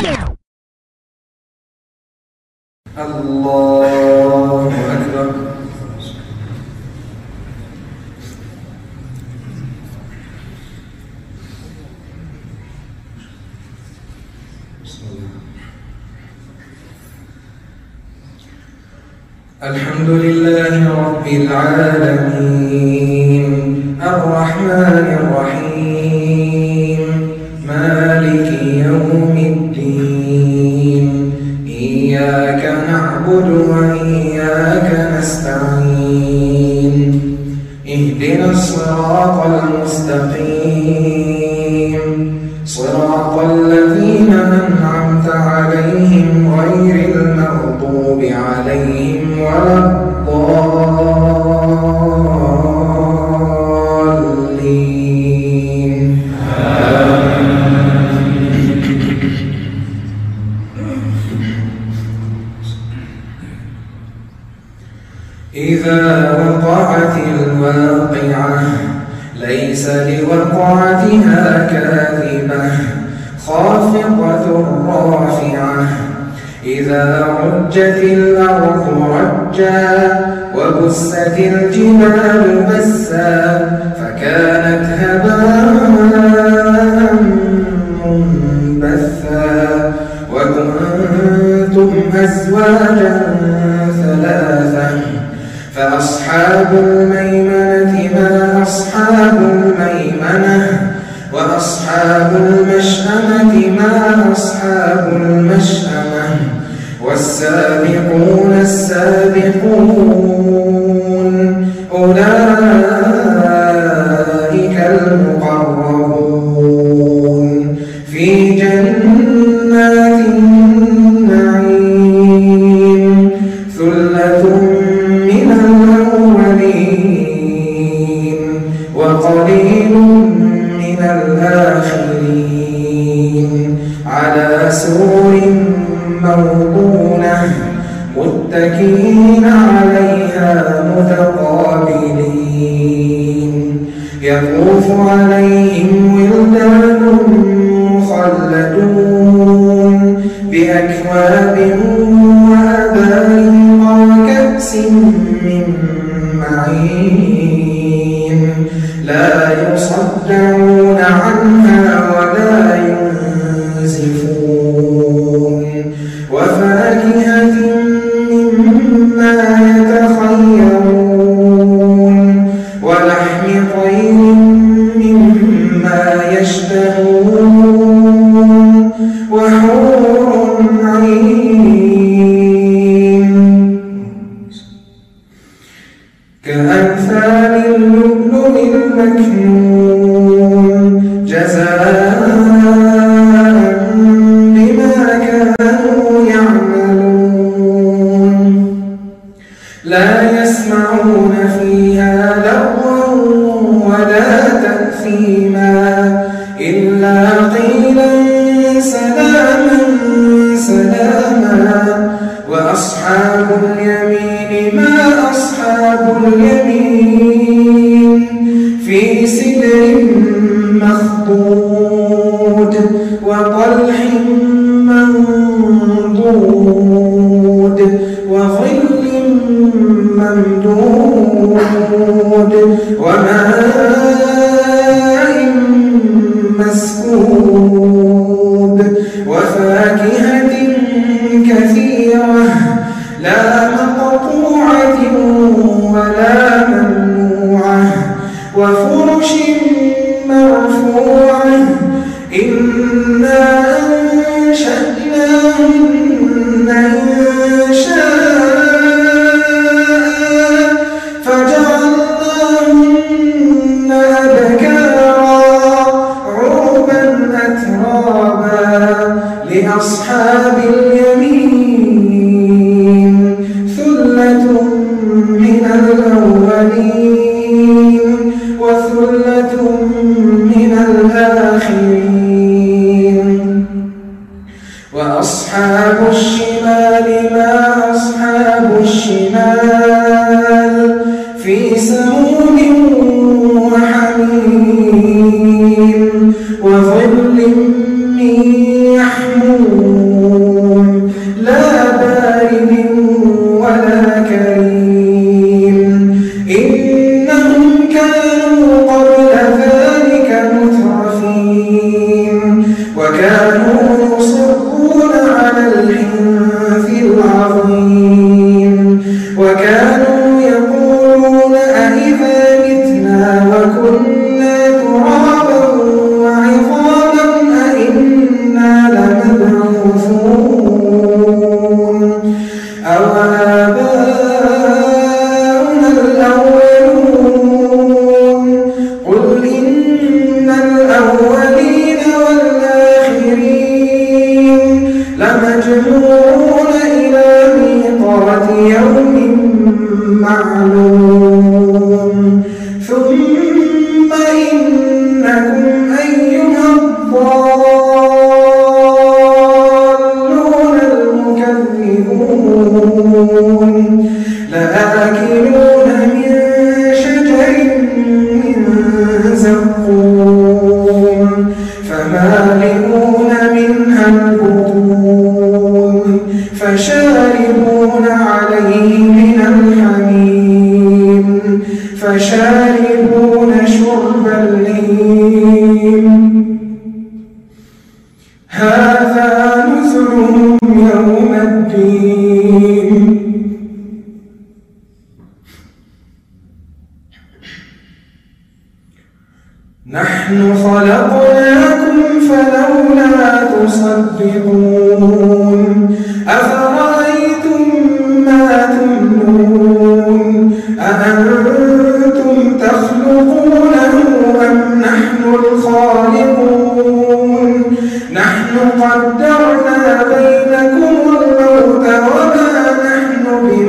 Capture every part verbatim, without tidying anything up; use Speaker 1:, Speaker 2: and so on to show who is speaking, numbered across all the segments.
Speaker 1: الله أكبر. الحمد لله رب العالمين الرحمن الرحيم مالك يوم الدين إياك نعبد وإياك نستعين اهدنا الصراط المستقيم صراط الذين أنعمت عليهم غير المغضوب عليهم ولا الضالين. إذا وقعت الواقعة ليس لوقعتها كاذبة خافضة رافعة إذا رجت الأرض رجا وبست الجبال بسا فكانت هباء منبثا وكنتم أزواجا ثلاثا فأصحاب الميمنة ما أصحاب الميمنة وأصحاب المشأمة ما أصحاب المشأمة والسابقون السابقون أولئك المقربون في جنات النعيم ثلة من الأولين وقليل من الآخرين على سرر موضونة متكئين عليها متقابلين يطوف عليهم ولدان مخلدون بأكواب وأباريق وكأس من معين لا يصدعون عنها ولا ينزفون وفاكهة مما يتخيرون ولحم طير مما يشتهون وحور عين كأمثال اللؤلؤ المكنون جزاء لا يسمعون فيها لغوا ولا تأثيما إلا قيلا سلاما سلاما وأصحاب اليمين ما أصحاب اليمين في سدر مخضود وطلح منضود وظل ممدود وماء مسكوب وفاكهة كثيرة لا مقطوعة ولا ممنوعة وفرش مرفوعة إنا أنشأناهن إنشاء فجعلناهن أبكارا عربا أترابا لأصحاب اليمين ثلة من الأولين وثلة من الآخرين وأصحاب الشمال ما أصحاب الشمال في سموم وحميم وظل من يحموم كانوا يصرون على الحنث العظيم وكانوا يقولون أئذا متنا وكنا ترابا وعظاما أئنا لمبعوثون أو آباؤنا الأولون قل إن الأولين والآخرين لمجموعون إلى ميقات يوم معلوم ثم إنكم أيها الضالون المكذبون لآكلون من شجر من زقوم فمالئون منها البطون فشاربون عليه من الحميم فشاربون شرب الهيم هذا نزلهم يوم الدين نحن خلقناكم فلولا تصدقون أفرأيتم ما تمنون أأنتم تخلقونه أم نحن الخالقون نحن قدرنا بينكم الموت وما نحن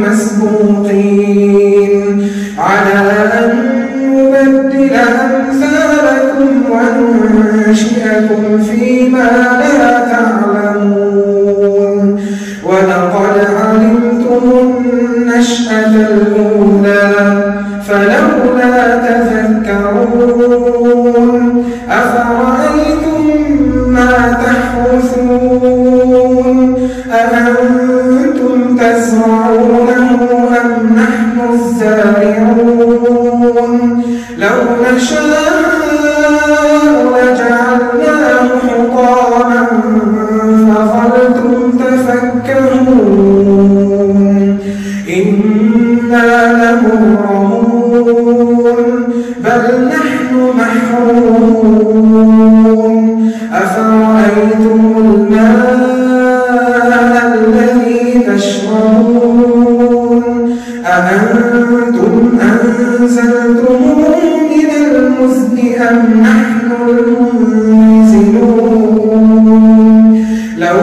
Speaker 1: بمسبوقين على أن نبدل أمثالكم وننشئكم فيما لا تعلمون ولقد علمتم النشأة الأولى فلولا تذكرون أفرأيتم ما تحرثون أأنتم تزرعونه أم نحن الزارعون لو نشاء لجعلناه حطاما فظلتم تفكرون إنا لمغرمون بل نحن محرومون أفرأيتم الماء الذي تشربون أأنتم أنزلتموه من المزن أم نحن المنزلون لو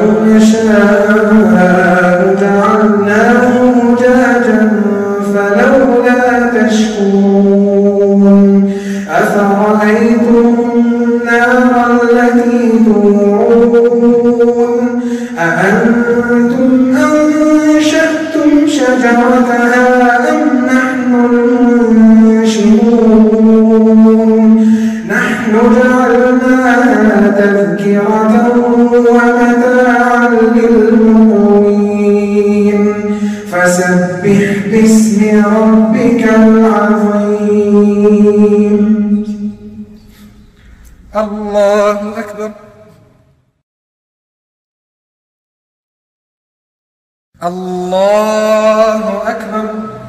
Speaker 1: نشاء جعلناه أجاجا فلولا تشكرون أفرأيتم النار التي تورون أأنتم أنشأتم شجرتها أم نحن المنشئون نحن جعلناها تذكرة ومتاعا للمقوين فسبح باسم ربك العظيم الله أكبر الله أكبر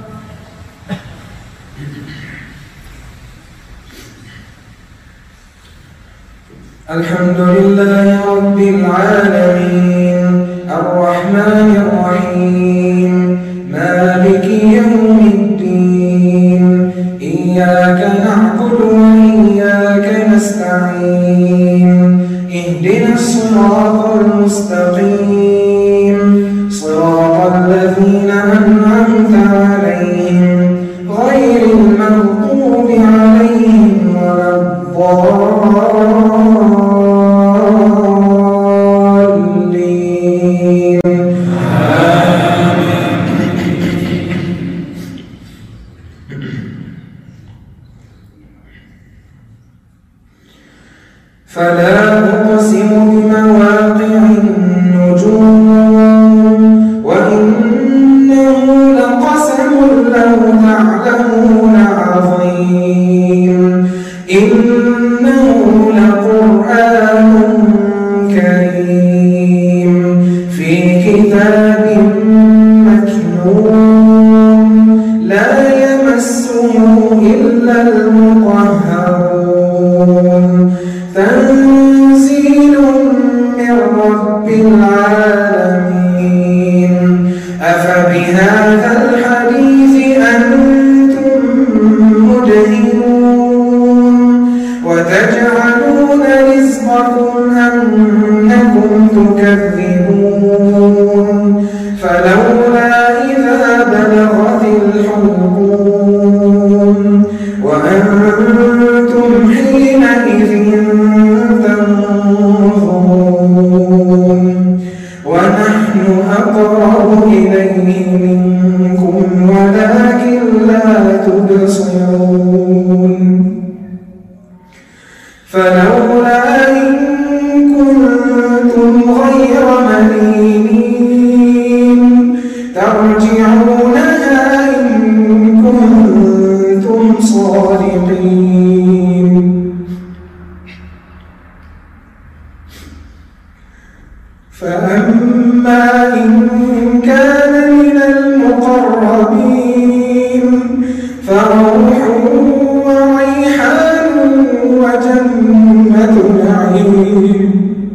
Speaker 1: الحمد لله رب العالمين الرحمن الرحيم مالك يوم الدين إياك نعبد وإياك نستعين اهدنا الصراط المستقيم صراط الذين أنعمت عليهم غير المغضوب عليهم ولا الضالين فلا أقسم بمواقع كتاب مكنون لا يمسه إلا المطهرون تنزيل من رب العالمين أفبهذا الحديث أنتم مدهنون وتجعلون رزقكم أنكم تكذبون فلولا إذا بلغت الحلقوم وأنتم حينئذ تنظرون ونحن أقرب إليه منكم ولكن لا تبصرون فلولا إن كنتم غير مدينين ترجعونها إن كنتم صادقين فأما إن كان من المقربين فروح وريحان وجنة نعيم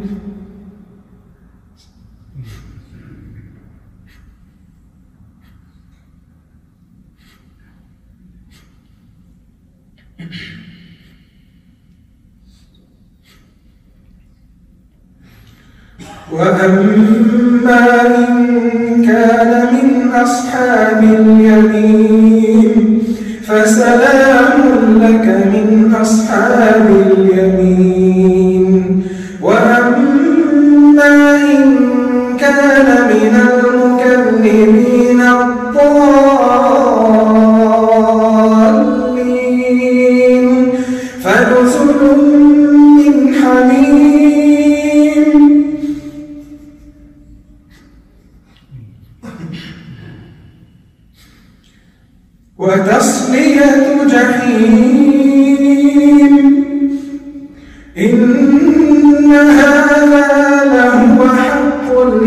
Speaker 1: وأما إن كان من أصحاب اليمين فسلام لك من أصحاب اليمين وأما إن كان من المكذبين الضالين فنزل من حميم وتصلية جحيم إن هذا لهو حق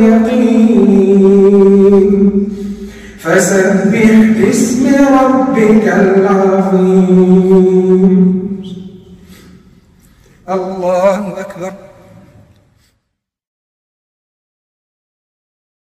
Speaker 1: اليقين فسبح باسم ربك العظيم الله أكبر.